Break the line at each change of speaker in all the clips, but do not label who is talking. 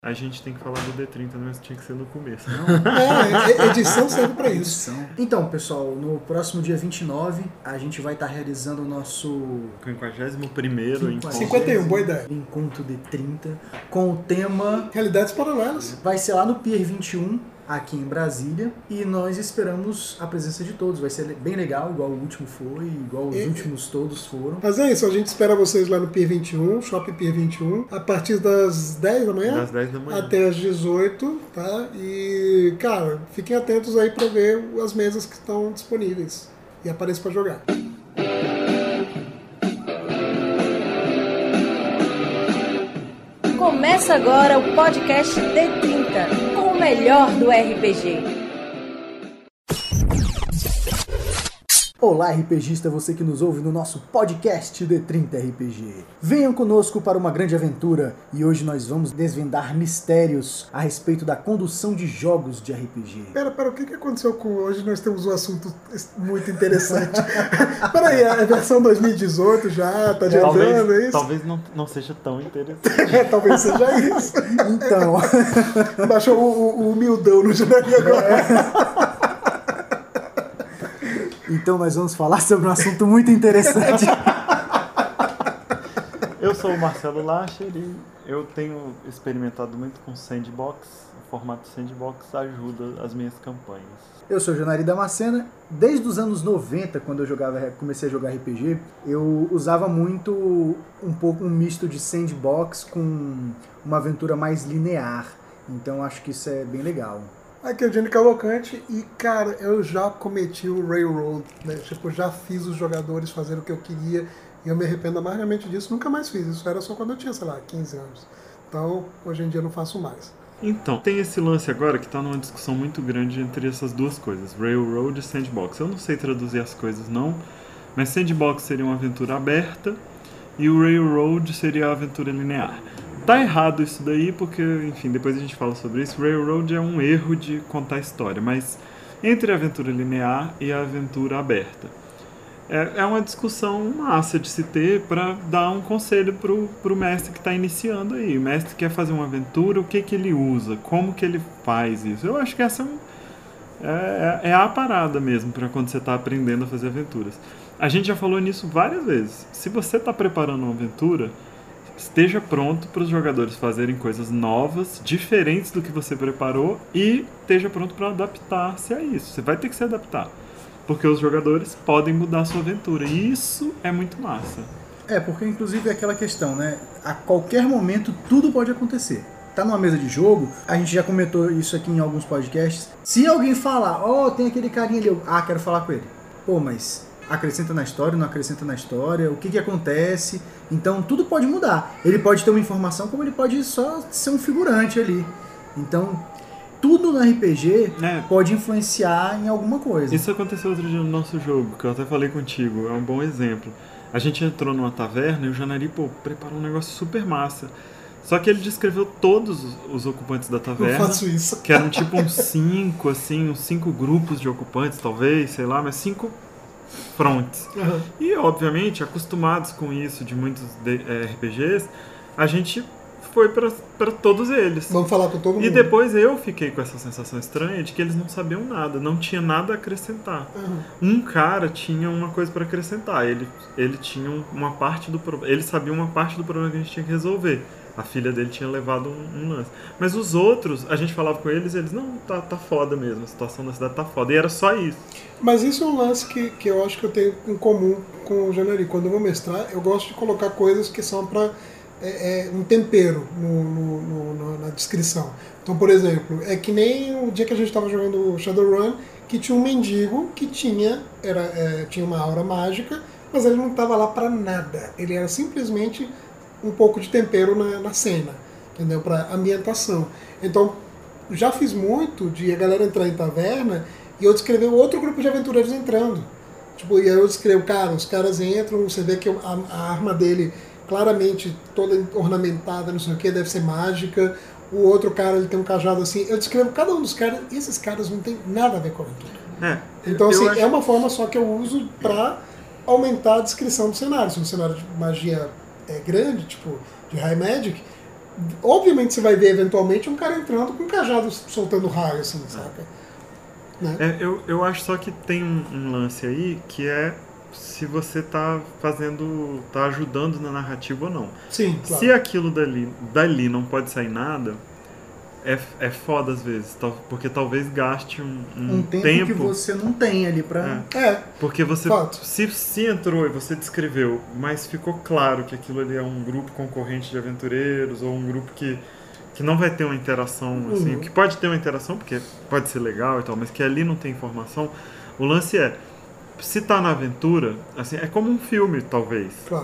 A gente tem que falar do D30, mas tinha que ser no começo.
Não, edição serve pra isso.
Então, pessoal, no próximo dia 29, a gente vai estar realizando o nosso
51º encontro.
51, boa ideia.
Encontro D30, com o tema...
Realidades paralelas.
Vai ser lá no Pier 21, aqui em Brasília, e nós esperamos a presença de todos. Vai ser bem legal, igual o último foi, igual os últimos todos foram.
Mas é isso, a gente espera vocês lá no Pier 21, Shopping Pier 21, a partir das 10 da manhã?
Das 10 da manhã.
Até as 18, tá? E, cara, fiquem atentos aí pra ver as mesas que estão disponíveis. E apareça pra jogar.
Começa agora o podcast D30, com o melhor do RPG.
Olá, RPGista, você que nos ouve no nosso podcast D30 RPG. Venham conosco para uma grande aventura e hoje nós vamos desvendar mistérios a respeito da condução de jogos de RPG.
Pera, o que aconteceu com... Hoje nós temos um assunto muito interessante. Peraí, é a versão 2018 já, tá adiantando, é isso?
Talvez não seja tão interessante.
Talvez seja isso.
Então...
Baixou o humildão no janeiro agora.
Então nós vamos falar sobre um assunto muito interessante.
Eu sou o Marcelo Lacher e eu tenho experimentado muito com sandbox. O formato sandbox ajuda as minhas campanhas.
Eu sou o Janari Damascena. Desde os anos 90, quando eu comecei a jogar RPG, eu usava muito um misto de sandbox com uma aventura mais linear. Então acho que isso é bem legal.
Aqui é o Gianni Cavalcante e, cara, eu já cometi o Railroad, né? Tipo, já fiz os jogadores fazer o que eu queria e eu me arrependo amargamente disso, nunca mais fiz. Isso era só quando eu tinha, sei lá, 15 anos. Então, hoje em dia eu não faço mais.
Então, tem esse lance agora que está numa discussão muito grande entre essas duas coisas, Railroad e Sandbox. Eu não sei traduzir as coisas não, mas Sandbox seria uma aventura aberta e o Railroad seria a aventura linear. Tá errado isso daí, porque, enfim, depois a gente fala sobre isso. Railroad é um erro de contar história, mas entre a aventura linear e a aventura aberta. É uma discussão massa de se ter para dar um conselho pro mestre que está iniciando aí. O mestre quer fazer uma aventura, o que ele usa, como que ele faz isso. Eu acho que essa é a parada mesmo para quando você está aprendendo a fazer aventuras. A gente já falou nisso várias vezes. Se você está preparando uma aventura, esteja pronto para os jogadores fazerem coisas novas, diferentes do que você preparou e esteja pronto para adaptar-se a isso. Você vai ter que se adaptar, porque os jogadores podem mudar a sua aventura e isso é muito massa.
Porque inclusive é aquela questão, né? A qualquer momento tudo pode acontecer. Tá numa mesa de jogo, a gente já comentou isso aqui em alguns podcasts. Se alguém falar, tem aquele carinha ali, quero falar com ele. Mas... acrescenta na história, não acrescenta na história, o que acontece. Então tudo pode mudar. Ele pode ter uma informação, como ele pode só ser um figurante ali. Então tudo no RPG pode influenciar em alguma coisa.
Isso aconteceu outro dia no nosso jogo, que eu até falei contigo, é um bom exemplo. A gente entrou numa taverna e o Janari, preparou um negócio super massa. Só que ele descreveu todos os ocupantes da taverna.
Eu faço isso.
Que eram tipo uns 5 grupos de ocupantes, talvez, sei lá, mas 5 fronts.
Uhum.
E, obviamente, acostumados com isso de muitos RPGs, a gente foi para todos eles.
Vamos falar com todo mundo.
E depois eu fiquei com essa sensação estranha de que eles não sabiam nada, não tinha nada a acrescentar.
Uhum.
Um cara tinha uma coisa para acrescentar, ele tinha uma parte do problema, ele sabia uma parte do problema que a gente tinha que resolver. A filha dele tinha levado um lance. Mas os outros, a gente falava com eles, não, tá foda mesmo, a situação da cidade tá foda. E era só isso.
Mas isso é um lance que eu acho que eu tenho em comum com o Janari. Quando eu vou mestrar, eu gosto de colocar coisas que são para um tempero na descrição. Então, por exemplo, é que nem o dia que a gente estava jogando Shadowrun, que tinha um mendigo que tinha uma aura mágica, mas ele não estava lá para nada. Ele era simplesmente um pouco de tempero na cena, entendeu? Para ambientação. Então, já fiz muito de a galera entrar em taverna e eu descrever outro grupo de aventureiros entrando. Tipo, e aí eu descrevo, os caras entram, você vê que a arma dele claramente toda ornamentada, não sei o que, deve ser mágica. O outro cara, ele tem um cajado assim. Eu descrevo cada um dos caras e esses caras não tem nada a ver com a aventura. Então, assim, é uma forma só que eu uso para aumentar a descrição do cenário. Se um cenário de magia grande, tipo de High Magic, obviamente você vai ver eventualmente um cara entrando com um cajado soltando raio, assim, saca? Né?
Eu acho só que tem um lance aí que é se você tá ajudando na narrativa ou não.
Sim, claro.
Se aquilo dali não pode sair nada, é foda às vezes, porque talvez gaste um tempo
que você não tem ali pra...
Porque você,
fato.
se entrou e você descreveu, mas ficou claro que aquilo ali é um grupo concorrente de aventureiros, ou um grupo que não vai ter uma interação, assim, que pode ter uma interação, porque pode ser legal e tal, mas que ali não tem informação, o lance se tá na aventura, assim, é como um filme, talvez.
Claro.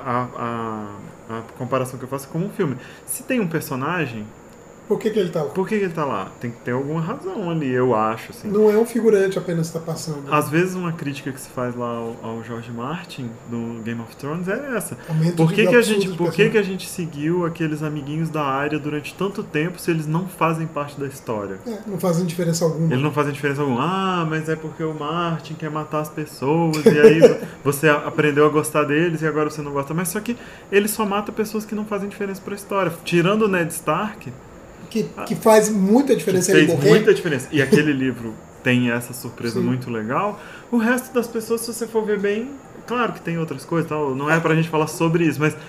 A comparação que eu faço é como um filme. Se tem um personagem,
Por que ele tá lá?
por que ele tá lá? Tem que ter alguma razão ali, eu acho, assim.
Não é um figurante apenas que está passando.
Às vezes uma crítica que se faz lá ao George Martin no Game of Thrones é essa.
Aumento
Por
de
que
absurdo de
que a gente seguiu aqueles amiguinhos da área durante tanto tempo se eles não fazem parte da história?
não fazem diferença alguma.
Eles não fazem diferença alguma. Ah, mas é porque o Martin quer matar as pessoas e aí você aprendeu a gostar deles e agora você não gosta. Mas só que ele só mata pessoas que não fazem diferença pra história. Tirando o Ned Stark...
Que faz muita diferença ele morrer.
Fez muita diferença. E aquele livro tem essa surpresa muito legal. O resto das pessoas, se você for ver bem, claro que tem outras coisas, tal, não é pra gente falar sobre isso, mas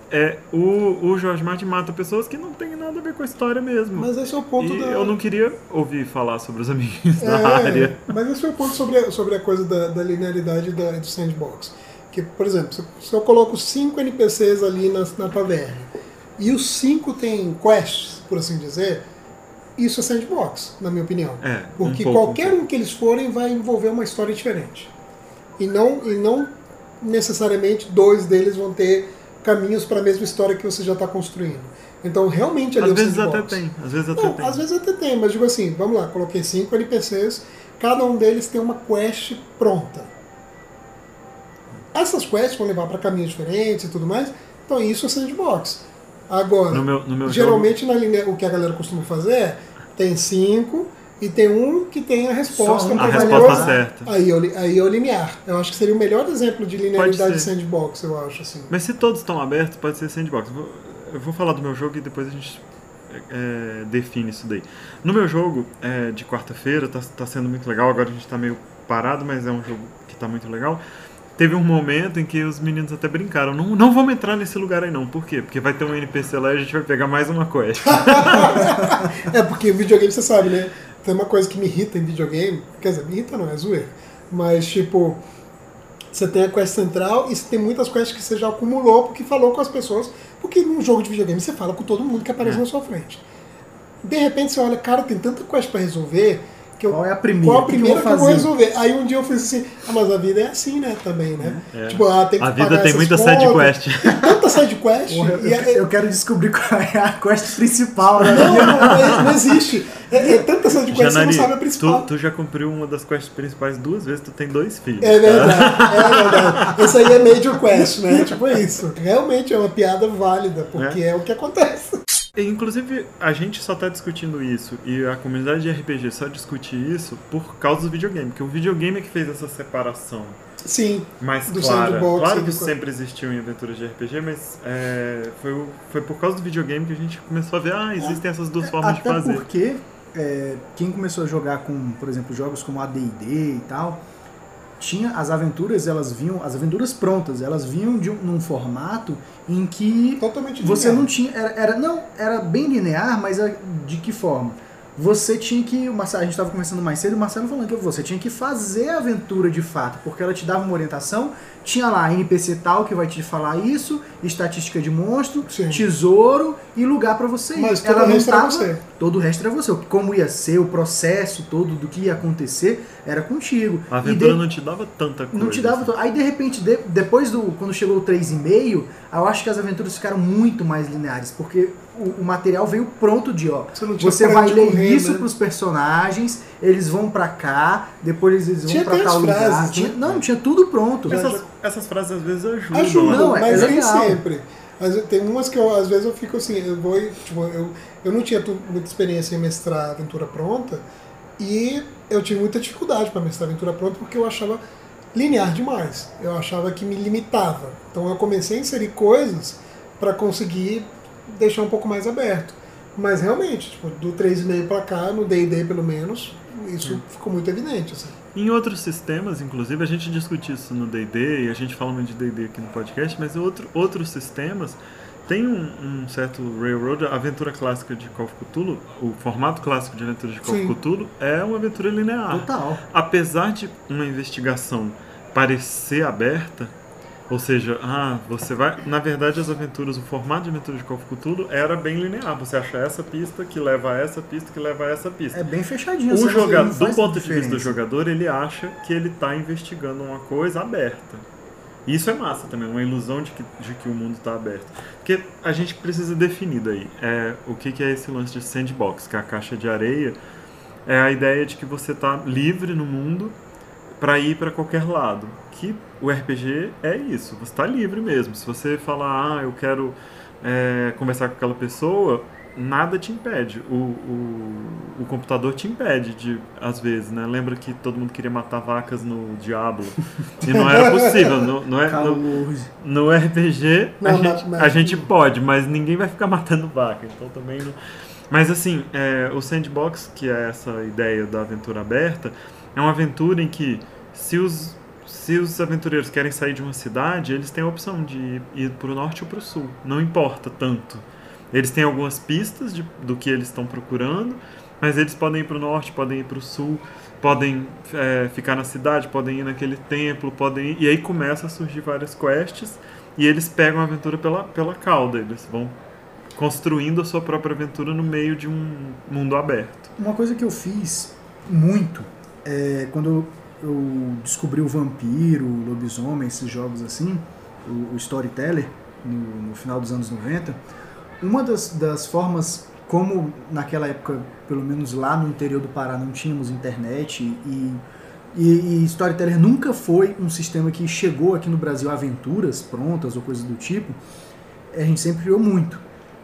o George Martin mata pessoas que não tem nada a ver com a história mesmo.
Mas esse é o ponto
eu não queria ouvir falar sobre os amiguinhos da área.
Mas esse é o ponto sobre a coisa da linearidade do sandbox. Que, por exemplo, se eu coloco 5 NPCs ali na taverna e os 5 têm quests, por assim dizer, isso é sandbox, na minha opinião. Porque qualquer um que eles forem vai envolver uma história diferente. E não necessariamente 2 deles vão ter caminhos para a mesma história que você já está construindo. Então, realmente ali
às
é um
vezes
sandbox.
até tem.
Às vezes até tem, mas digo assim, vamos lá, coloquei 5 NPCs, cada um deles tem uma quest pronta. Essas quests vão levar para caminhos diferentes e tudo mais, então isso é sandbox. Agora,
no meu
geralmente na linha, o que a galera costuma fazer tem 5 e tem um que tem a resposta
certa.
Aí é o linear. Eu acho que seria o melhor exemplo de linearidade de sandbox, eu acho. Assim.
Mas se todos estão abertos, pode ser sandbox. Eu vou falar do meu jogo e depois a gente define isso daí. No meu jogo de quarta-feira, tá sendo muito legal. Agora a gente tá meio parado, mas é um jogo que tá muito legal. Teve um momento em que os meninos até brincaram, não vamos entrar nesse lugar aí não. Por quê? Porque vai ter um NPC lá e a gente vai pegar mais uma quest.
Porque videogame, você sabe, né? Tem uma coisa que me irrita em videogame, quer dizer, me irrita não, é zoeira. Mas, tipo, você tem a quest central e você tem muitas quests que você já acumulou porque falou com as pessoas. Porque num jogo de videogame você fala com todo mundo que aparece na sua frente. De repente você olha, cara, tem tanta quest pra resolver...
Qual é a primeira
que eu vou resolver? Aí um dia eu fiz assim, mas a vida é assim, né, também, né? Tipo, tem que
a vida tem muita side quest.
Tem tanta side quest.
Eu quero descobrir qual é a quest principal. Né?
Não existe. Tanta side quest, você não sabe a principal.
Tu já cumpriu uma das quests principais 2 vezes, tu tem 2 filhos.
É verdade. Esse aí é Major Quest, né? Tipo isso. Realmente é uma piada válida, porque é o que acontece.
Inclusive, a gente só tá discutindo isso e a comunidade de RPG só discute isso por causa do videogame, porque o videogame é que fez essa separação.
Sim,
mais
do
clara.
sandbox.
Claro que isso sempre existiu em aventuras de RPG, mas foi por causa do videogame que a gente começou a ver, existem essas duas formas de fazer.
Até porque quem começou a jogar com, por exemplo, jogos como AD&D e tal, tinha as aventuras, as aventuras prontas, elas vinham num formato em que
totalmente
você
linear.
Não tinha, era bem linear, mas de que forma? Você tinha que, a gente estava conversando mais cedo, o Marcelo falando que você tinha que fazer a aventura de fato, porque ela te dava uma orientação, tinha lá NPC tal que vai te falar isso, estatística de monstro,
Sim.
tesouro e lugar para você ir.
Mas todo o resto era você.
Todo o resto era você. Como ia ser, o processo todo do que ia acontecer, era contigo.
A aventura não te dava tanta coisa.
Não te dava. Aí de repente, depois quando chegou o 3,5, eu acho que as aventuras ficaram muito mais lineares, porque o material veio pronto de você vai ler isso pros personagens, eles vão pra cá, depois eles vão pra tal lugar.
Frases,
tinha tudo pronto.
Essas frases às vezes ajudam.
Ajudam, mas nem
legal.
sempre. Tem umas que às vezes eu fico assim, eu não tinha muita experiência em mestrar aventura pronta e eu tive muita dificuldade para mestrar aventura pronta porque eu achava linear demais. Eu achava que me limitava. Então eu comecei a inserir coisas para conseguir deixar um pouco mais aberto. Mas realmente, tipo, do 3,5 para cá, no D&D pelo menos, isso ficou muito evidente. Assim.
Em outros sistemas, inclusive, a gente discute isso no D&D, e a gente fala muito de D&D aqui no podcast, mas outros sistemas tem um certo Railroad, a aventura clássica de Call of Cthulhu, o formato clássico de aventura de Call of Cthulhu é uma aventura linear.
Total.
Apesar de uma investigação parecer aberta, ou seja, você vai... Na verdade, as aventuras, o formato de aventura de Call of Cthulhu era bem linear. Você acha essa pista que leva a essa pista que leva a essa pista.
É bem fechadinho.
O jogador, do ponto de vista do jogador, ele acha que ele está investigando uma coisa aberta. Isso é massa também, uma ilusão de que o mundo está aberto. Porque a gente precisa definir daí o que é esse lance de sandbox, que é a caixa de areia. É a ideia de que você está livre no mundo para ir para qualquer lado. Que o RPG é isso, você está livre mesmo. Se você falar, eu quero conversar com aquela pessoa, nada te impede. O computador te impede, às vezes, né? Lembra que todo mundo queria matar vacas no Diablo e não era possível. No RPG a gente pode, mas ninguém vai ficar matando vaca. Então também não... Mas assim, o sandbox, que é essa ideia da aventura aberta, é uma aventura em que se os aventureiros querem sair de uma cidade, eles têm a opção de ir para o norte ou para o sul. Não importa tanto. Eles têm algumas pistas do que eles estão procurando, mas eles podem ir para o norte, podem ir para o sul, podem ficar na cidade, podem ir naquele templo, podem ir... E aí começa a surgir várias quests e eles pegam a aventura pela cauda. Eles vão construindo a sua própria aventura no meio de um mundo aberto.
Uma coisa que eu fiz muito quando eu descobri o Vampiro, o Lobisomem, esses jogos assim, o Storyteller, no final dos anos 90, uma das formas, como naquela época, pelo menos lá no interior do Pará, não tínhamos internet e Storyteller nunca foi um sistema que chegou aqui no Brasil aventuras prontas ou coisas do tipo, a gente sempre criou muito.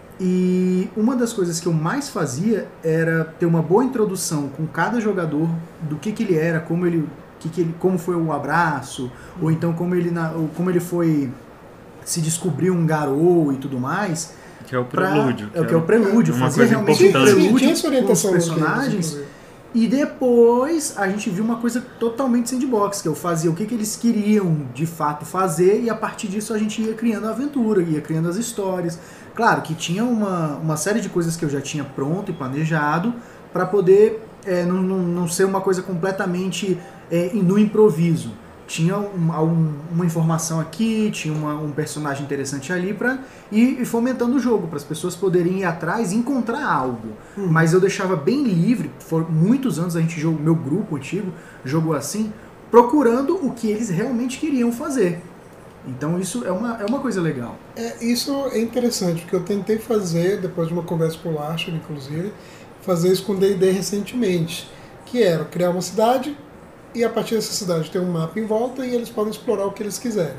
E uma das coisas que eu mais fazia era ter uma boa introdução com cada jogador do que ele era, como foi o abraço, ou então como ele foi se descobriu um garou e tudo mais.
Que é o prelúdio.
Que é o prelúdio. Fazia realmente um prelúdio com os personagens. E depois a gente viu uma coisa totalmente sandbox, que eu fazia o que eles queriam de fato fazer, e a partir disso a gente ia criando a aventura, ia criando as histórias. Claro que tinha uma série de coisas que eu já tinha pronto e planejado para poder não ser uma coisa completamente no improviso. Tinha uma informação aqui, tinha um personagem interessante ali para ir fomentando o jogo, para as pessoas poderem ir atrás e encontrar algo. Mas eu deixava bem livre, por muitos anos meu grupo antigo jogou assim, procurando o que eles realmente queriam fazer. Então isso é uma coisa legal.
Isso é interessante, porque eu tentei fazer, depois de uma conversa com o Larcher, inclusive, fazer isso com o D&D recentemente, que era criar uma cidade, e a partir dessa cidade tem um mapa em volta e eles podem explorar o que eles quiserem.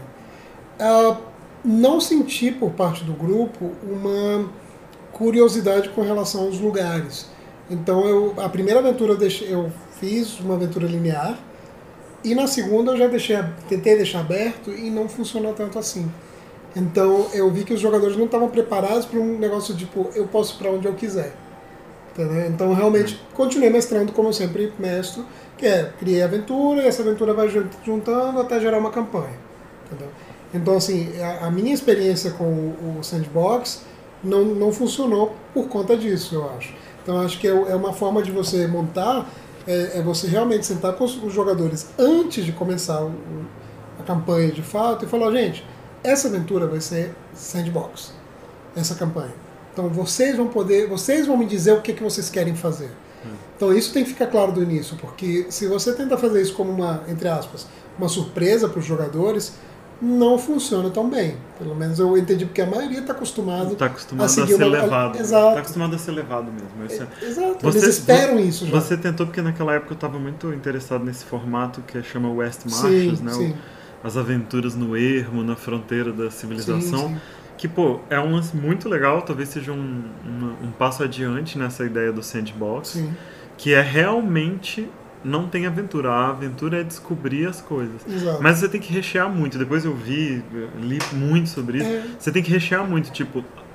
Não senti por parte do grupo uma curiosidade com relação aos lugares. Então a primeira aventura eu fiz uma aventura linear, e na segunda eu já tentei deixar aberto e não funcionou tanto assim. Então eu vi que os jogadores não estavam preparados para um negócio tipo, eu posso ir para onde eu quiser. Entendeu? Então realmente continuei mestrando como eu sempre mestro, que criei a aventura e essa aventura vai juntando até gerar uma campanha. Entendeu? Então assim, a minha experiência com o sandbox não funcionou por conta disso, eu acho. Então acho que é uma forma de você montar, você realmente sentar com os jogadores antes de começar a campanha de fato e falar, gente, essa aventura vai ser sandbox, essa campanha. Então vocês vão me dizer o que vocês querem fazer. Então isso tem que ficar claro do início, porque se você tenta fazer isso como entre aspas, uma surpresa para os jogadores, não funciona tão bem. Pelo menos eu entendi, porque a maioria está acostumado
a seguir ser levado.
Exato.
Está acostumado a ser levado mesmo.
Exato. Eles esperam isso já.
Você tentou, porque naquela época eu estava muito interessado nesse formato que chama West Marches, né?
Sim.
As aventuras no ermo, na fronteira da civilização.
Sim.
Que, é um lance muito legal, talvez seja um passo adiante nessa ideia do sandbox.
Sim.
Que é realmente... Não tem aventura, a aventura é descobrir as coisas.
Exato.
Mas você tem que rechear muito. Depois eu li muito sobre isso. Você tem que rechear muito, tipo,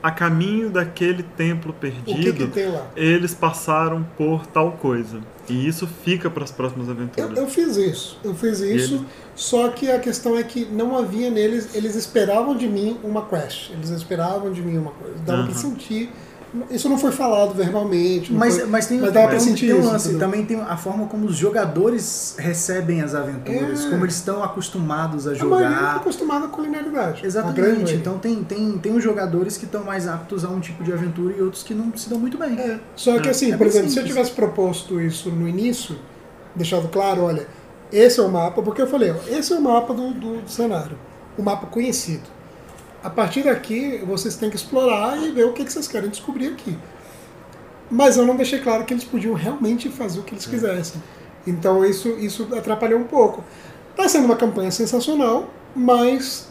a caminho daquele templo
O
perdido,
que tem lá?
eles passaram por tal coisa. E isso fica para as próximas aventuras.
Eu fiz isso,
ele-
só que a questão é que não havia neles, eles esperavam de mim uma quest, eles esperavam de mim uma coisa, dava pra sentir, isso não foi falado verbalmente, não foi,
Mas tem,
dava pra sentir
tem um
isso,
lance,
entendeu?
também tem a forma como os jogadores recebem as aventuras, como eles estão acostumados a
A maioria está
jogar.
acostumada com linearidade. A grande
Exatamente,
maioria.
então tem os jogadores que estão mais aptos a um tipo de aventura e outros que não se dão muito bem.
Só que assim,
É
por
bem
exemplo, se eu
simples.
tivesse proposto isso no início, deixado claro, olha, esse é o mapa, porque eu falei, ó, esse é o mapa do cenário, o mapa conhecido. A partir daqui, vocês têm que explorar e ver o que vocês querem descobrir aqui. Mas eu não deixei claro que eles podiam realmente fazer o que eles quisessem. Então isso atrapalhou um pouco. Está sendo uma campanha sensacional, mas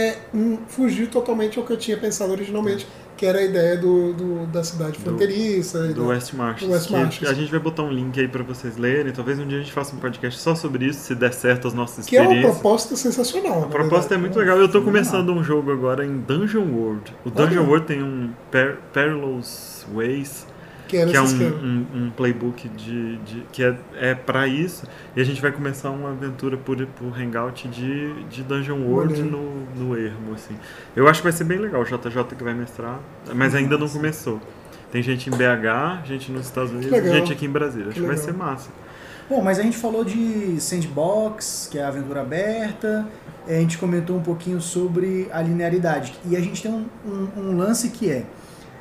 fugiu totalmente ao que eu tinha pensado originalmente, que era a ideia da cidade fronteiriça.
Do West Marches.
do West Marches.
A gente vai botar um link aí para vocês lerem. Talvez um dia a gente faça um podcast só sobre isso, se der certo as nossas
Que é uma
experiências.
proposta sensacional.
A proposta é muito legal. Eu tô começando um jogo agora em Dungeon World. O Dungeon World tem um Perilous Ways,
Que é
que
nesse
é
esquema.
um playbook que é para isso. E a gente vai começar uma aventura por Hangout de Dungeon World no ermo, assim. Eu acho que vai ser bem legal. O JJ que vai mestrar, mas ainda não começou. Tem gente em BH, gente nos Estados Unidos,
legal.
gente aqui em Brasília. Acho que vai
legal.
ser massa.
Bom, mas a gente falou de Sandbox, que é a aventura aberta, a gente comentou um pouquinho sobre a linearidade. E a gente tem um lance que é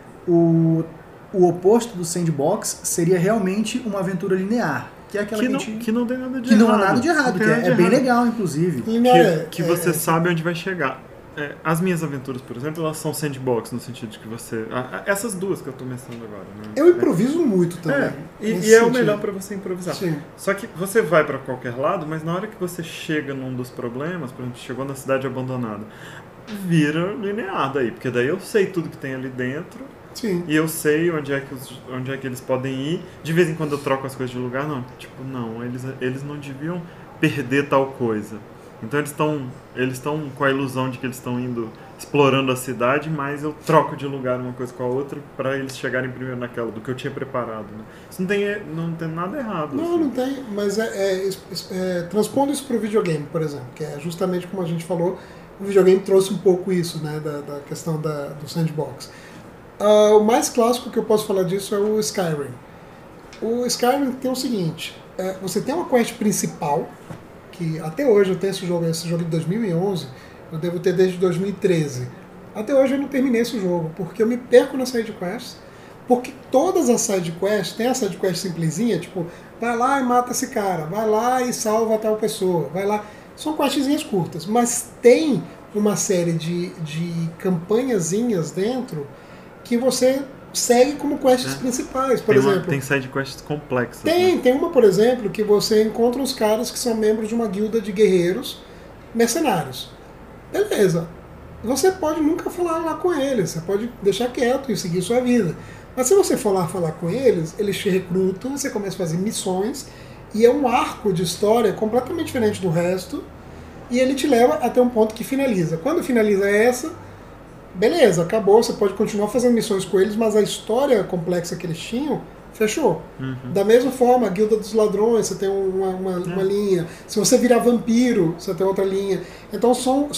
o oposto do Sandbox seria realmente uma aventura linear, que é aquela
Que não tem nada de
que
errado.
não há nada de errado,
Não tem
que
nada de
é bem
errado.
legal, inclusive.
Que você sabe onde vai chegar. As minhas aventuras, por exemplo, elas são sandbox, no sentido de que você... essas duas que eu tô mestrando agora, né?
Eu improviso muito também.
E
nesse
é o
sentido.
melhor pra você improvisar.
Sim.
Só que você vai pra qualquer lado, mas na hora que você chega num dos problemas, por exemplo, chegou na cidade abandonada, vira linear daí, porque daí eu sei tudo que tem ali dentro,
Sim.
e eu sei onde é que eles podem ir. De vez em quando eu troco as coisas de lugar, não, eles não deviam perder tal coisa. Então eles estão com a ilusão de que eles estão indo explorando a cidade, mas eu troco de lugar uma coisa com a outra para eles chegarem primeiro naquela do que eu tinha preparado, né? Isso não tem nada errado.
Não,
assim.
não tem, mas transpondo isso para o videogame, por exemplo, que é justamente como a gente falou, o videogame trouxe um pouco isso, né, da questão do sandbox. O mais clássico que eu posso falar disso é o Skyrim. O Skyrim tem o seguinte, você tem uma quest principal, que até hoje eu tenho esse jogo de 2011, eu devo ter desde 2013. Até hoje eu não terminei esse jogo, porque eu me perco nas sidequests, porque todas as sidequests, tem a sidequest simplesinha, tipo, vai lá e mata esse cara, vai lá e salva tal pessoa, vai lá. São questzinhas curtas, mas tem uma série de campanhazinhas dentro que você segue como quests principais, por exemplo.
Tem side quests complexas. Né?
Tem uma, por exemplo, que você encontra uns caras que são membros de uma guilda de guerreiros mercenários. Beleza. Você pode nunca falar lá com eles, você pode deixar quieto e seguir sua vida. Mas se você for lá falar com eles, eles te recrutam, você começa a fazer missões, e é um arco de história completamente diferente do resto, e ele te leva até um ponto que finaliza. Quando finaliza essa, beleza, acabou, você pode continuar fazendo missões com eles, mas a história complexa que eles tinham, fechou. Da mesma forma, a Guilda dos Ladrões, você tem uma linha. Se você virar vampiro, você tem outra linha. Então são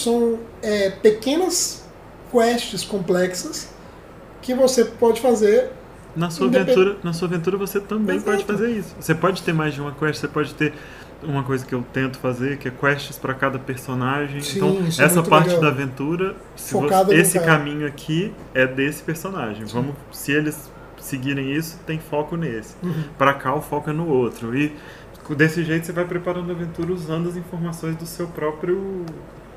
pequenas quests complexas que você pode fazer.
Na sua aventura você também pode fazer isso. Você pode ter mais de uma quest, você pode ter uma coisa que eu tento fazer, que é quests para cada personagem.
Sim,
então,
isso é
essa
muito
parte
legal.
da aventura,
Focada no
esse
cara.
caminho aqui é desse personagem. Se eles seguirem isso, tem foco nesse. Para cá, o foco é no outro. E desse jeito você vai preparando a aventura usando as informações do seu próprio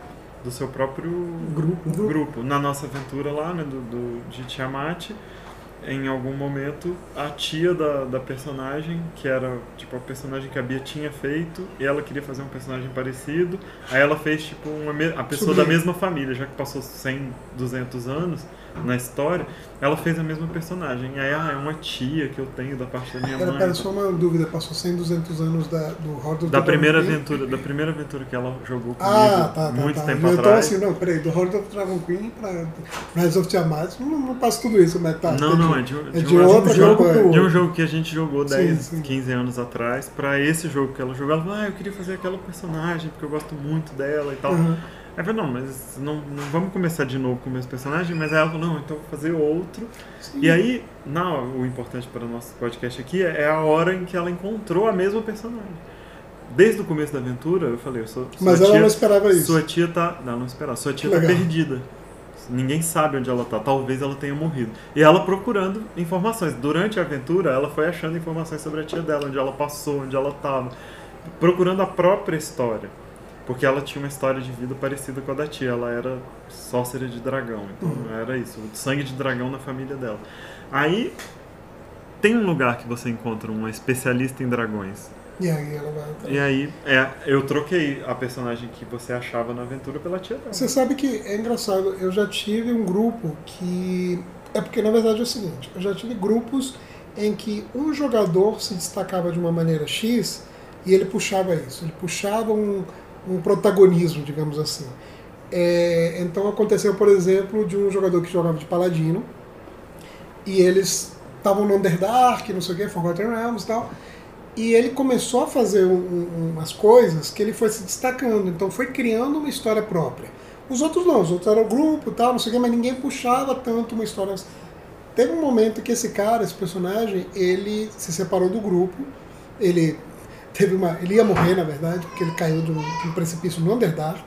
grupo. Na nossa aventura lá, né, de Tiamat, em algum momento, a tia da personagem, que era tipo a personagem que a Bia tinha feito, e ela queria fazer um personagem parecido, aí ela fez tipo a pessoa da mesma família, já que passou 100, 200 anos na história, ela fez a mesma personagem. E aí, é uma tia que eu tenho da parte da minha mãe.
Cara, só uma dúvida, passou 100, 200 anos do Horde of
da
the
primeira
Dragon
aventura,
Queen?
da primeira aventura que ela jogou comigo muito tempo
então,
atrás.
assim, não, peraí, do Horde of the Dragon Queen pra Rise of Tiamat, não passa tudo isso, mas tá.
Não, é
de outra campanha.
De um jogo que a gente jogou 10,
sim.
15 anos atrás, pra esse jogo que ela jogou. Ela falou, eu queria fazer aquela personagem, porque eu gosto muito dela e tal.
Uhum.
Aí eu falei, não, mas não vamos começar de novo com o mesmo personagem, mas aí ela falou, não, então eu vou fazer outro.
Sim.
E aí, o importante para o nosso podcast aqui é a hora em que ela encontrou a mesma personagem. Desde o começo da aventura, eu falei,
mas ela não esperava isso.
Sua tia tá... Não esperava. Sua tia tá perdida. Ninguém sabe onde ela tá. Talvez ela tenha morrido. E ela procurando informações. Durante a aventura, ela foi achando informações sobre a tia dela, onde ela passou, onde ela tava. Procurando a própria história. Porque ela tinha uma história de vida parecida com a da tia. Ela era sócera de dragão. Então era isso. O sangue de dragão na família dela. Aí tem um lugar que você encontra uma especialista em dragões.
E aí ela vai...
E aí eu troquei a personagem que você achava na aventura pela tia dela.
Você sabe que é engraçado. Eu já tive um grupo que... É porque na verdade é o seguinte. Eu já tive grupos em que um jogador se destacava de uma maneira X e ele puxava isso. Ele puxava um protagonismo, digamos assim. Então aconteceu, por exemplo, de um jogador que jogava de paladino e eles estavam no Underdark, não sei o que, Forgotten Realms e tal, e ele começou a fazer umas coisas que ele foi se destacando, então foi criando uma história própria. Os outros não, os outros eram o grupo e tal, não sei o que, mas ninguém puxava tanto uma história. Teve um momento que esse personagem, ele se separou do grupo, ele ia morrer, na verdade, porque ele caiu de um precipício no Underdark,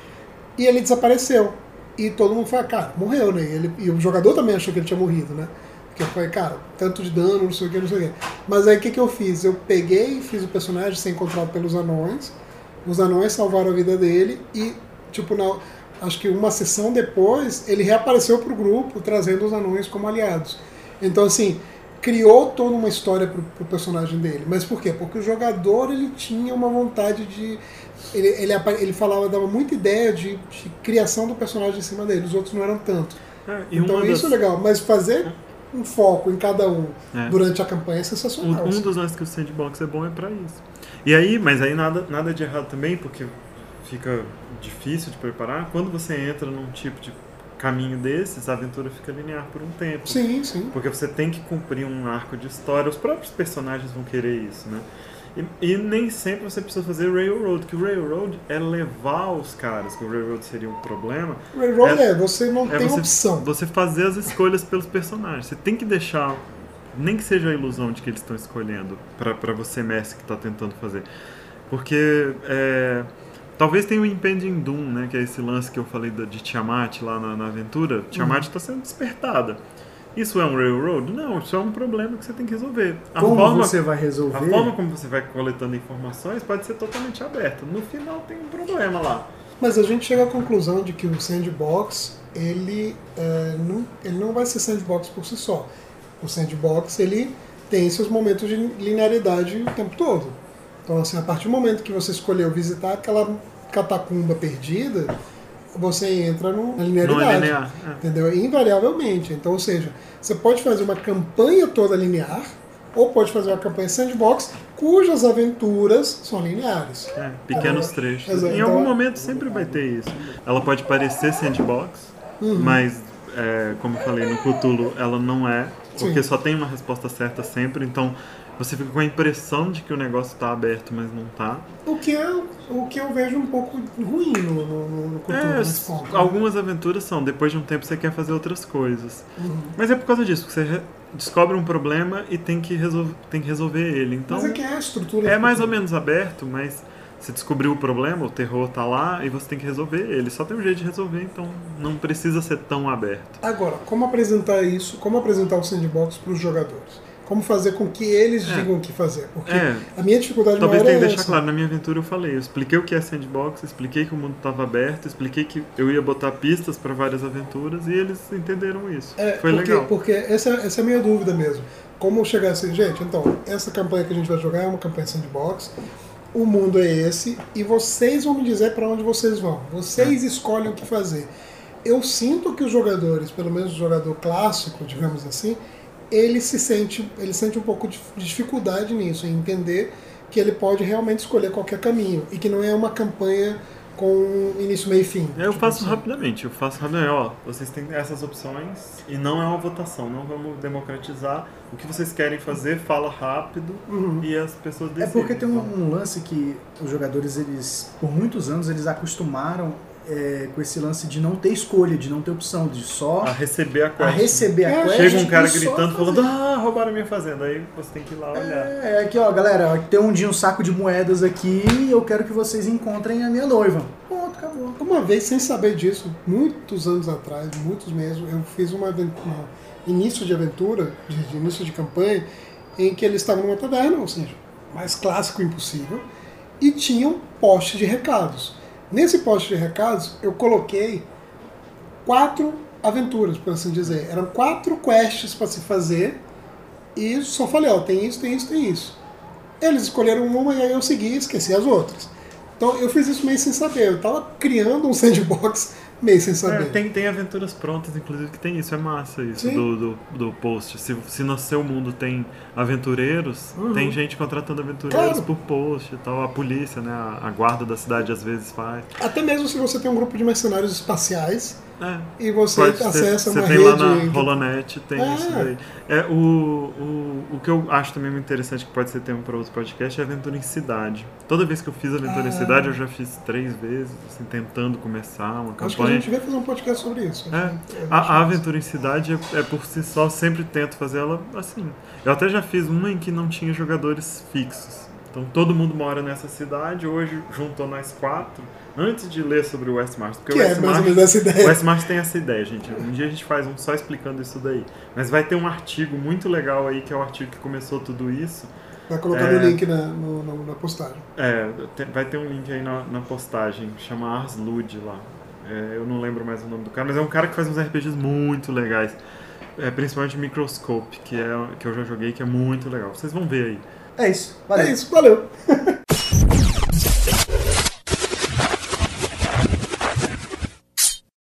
e ele desapareceu. E todo mundo falou, cara, morreu, né? E o jogador também achou que ele tinha morrido, né? Porque eu falei, cara, tanto de dano, não sei o que, não sei o que. Mas aí o que eu fiz? Eu peguei e fiz o personagem ser encontrado pelos anões, os anões salvaram a vida dele, e, tipo, acho que uma sessão depois, ele reapareceu pro grupo, trazendo os anões como aliados. Então, assim, criou toda uma história pro personagem dele. Mas por quê? Porque o jogador, ele tinha uma vontade de... Ele dava muita ideia de criação do personagem em cima dele. Os outros não eram tanto. Então isso é legal. Mas fazer um foco em cada um durante a campanha é sensacional.
Um dos lances que o sandbox é bom é pra isso. E aí, mas aí nada de errado também, porque fica difícil de preparar. Quando você entra num tipo de caminho desses, a aventura fica linear por um tempo.
Sim, sim.
Porque você tem que cumprir um arco de história, os próprios personagens vão querer isso, né? E nem sempre você precisa fazer Railroad, que o Railroad é levar os caras, que o Railroad seria um problema.
Railroad você não tem opção.
Você fazer as escolhas pelos personagens. Você tem que deixar, nem que seja a ilusão de que eles estão escolhendo, pra você, mestre, que está tentando fazer. Porque... talvez tenha o Impending Doom, né, que é esse lance que eu falei de Tiamat lá na aventura. Tiamat está sendo despertada. Isso é um Railroad? Não, isso é um problema que você tem que resolver.
Você vai resolver?
A forma como você vai coletando informações pode ser totalmente aberta. No final tem um problema lá.
Mas a gente chega à conclusão de que o sandbox, ele não vai ser sandbox por si só. O sandbox, ele tem seus momentos de linearidade o tempo todo. Então, assim, a partir do momento que você escolheu visitar aquela catacumba perdida, você entra na linearidade. Entendeu? Invariavelmente. Então, ou seja, você pode fazer uma campanha toda linear, ou pode fazer uma campanha sandbox, cujas aventuras são lineares.
Pequenos trechos.
Exato.
Em algum momento sempre vai ter isso. Ela pode parecer sandbox, mas, como eu falei, no Cthulhu ela não é, porque só tem uma resposta certa sempre, então você fica com a impressão de que o negócio está aberto, mas não está.
O que eu vejo um pouco ruim no Cthulhu nesse ponto.
Algumas aventuras são, depois de um tempo você quer fazer outras coisas. Mas é por causa disso, que você descobre um problema e tem que resolver ele. Então,
mas é que é a estrutura.
É mais ou menos aberto, mas você descobriu o problema, o terror está lá e você tem que resolver ele. Só tem um jeito de resolver, então não precisa ser tão aberto.
Agora, como apresentar isso, como apresentar o sandbox para os jogadores? como fazer com que eles digam o que fazer. Porque
É.
a minha dificuldade
Talvez
maior
tenha que
é
deixar
essa.
claro, na minha aventura eu falei, eu expliquei o que é sandbox, expliquei que o mundo estava aberto, expliquei que eu ia botar pistas para várias aventuras e eles entenderam isso. Foi legal.
Porque essa é a minha dúvida mesmo. Como chegar assim, gente, então, essa campanha que a gente vai jogar é uma campanha sandbox, o mundo é esse, e vocês vão me dizer para onde vocês vão. Vocês escolhem o que fazer. Eu sinto que os jogadores, pelo menos o jogador clássico, digamos assim, ele sente um pouco de dificuldade nisso, em entender que ele pode realmente escolher qualquer caminho, e que não é uma campanha com início, meio e fim.
Eu faço rapidamente, ó, vocês têm essas opções e não é uma votação, não vamos democratizar. O que vocês querem fazer, fala rápido e as pessoas decidem.
É porque tem um lance que os jogadores, eles por muitos anos, eles acostumaram com esse lance de não ter escolha, de não ter opção, de só
a receber a quest.
quest.
Chega um cara
e só
gritando,
fazer.
falando, roubaram minha fazenda. Aí você tem que ir lá olhar.
Aqui ó, galera, tem um saco de moedas aqui e eu quero que vocês encontrem a minha noiva. Pronto, acabou.
Uma vez, sem saber disso, muitos anos atrás, muitos mesmo, eu fiz um início de aventura, de início de campanha, em que eles estavam numa taverna, ou seja, mais clássico impossível, e tinham poste de recados. Nesse poste de recados, eu coloquei 4 aventuras, por assim dizer. Eram 4 quests para se fazer, e só falei, ó, tem isso, tem isso, tem isso. Eles escolheram uma e aí eu segui e esqueci as outras. Então eu fiz isso meio sem saber. Eu tava criando um sandbox meio sem saber.
Tem aventuras prontas, inclusive, que tem isso. É massa isso do post. Se no seu mundo tem aventureiros, tem gente contratando aventureiros por post e tal. A polícia, né? A guarda da cidade às vezes faz.
Até mesmo se você tem um grupo de mercenários espaciais e você
Pode
acessa uma
você tem
rede...
lá na Holonet, tem isso daí. O que eu acho também muito interessante, que pode ser tema para outro podcast, é aventura em cidade. Toda vez que eu fiz aventura em cidade, eu já fiz 3 vezes, assim, tentando começar uma campanha.
Acho que a gente vai fazer um podcast sobre isso.
A aventura em cidade é por si só, sempre tento fazer ela assim. Eu até já fiz uma em que não tinha jogadores fixos. Então todo mundo mora nessa cidade, hoje juntou nós 4, antes de ler sobre o Westmarch. Porque
Que
o
é mais ou menos essa ideia.
O Westmarch tem essa ideia, gente. Um dia a gente faz um só explicando isso daí. Mas vai ter um artigo muito legal aí, que é o artigo que começou tudo isso.
Vai colocar no link na postagem.
Vai ter um link aí na postagem, chama Ars Lud lá. Eu não lembro mais o nome do cara, mas é um cara que faz uns RPGs muito legais. Principalmente Microscope, que eu já joguei, que é muito legal. Vocês vão ver aí.
É isso, valeu.
É isso, valeu.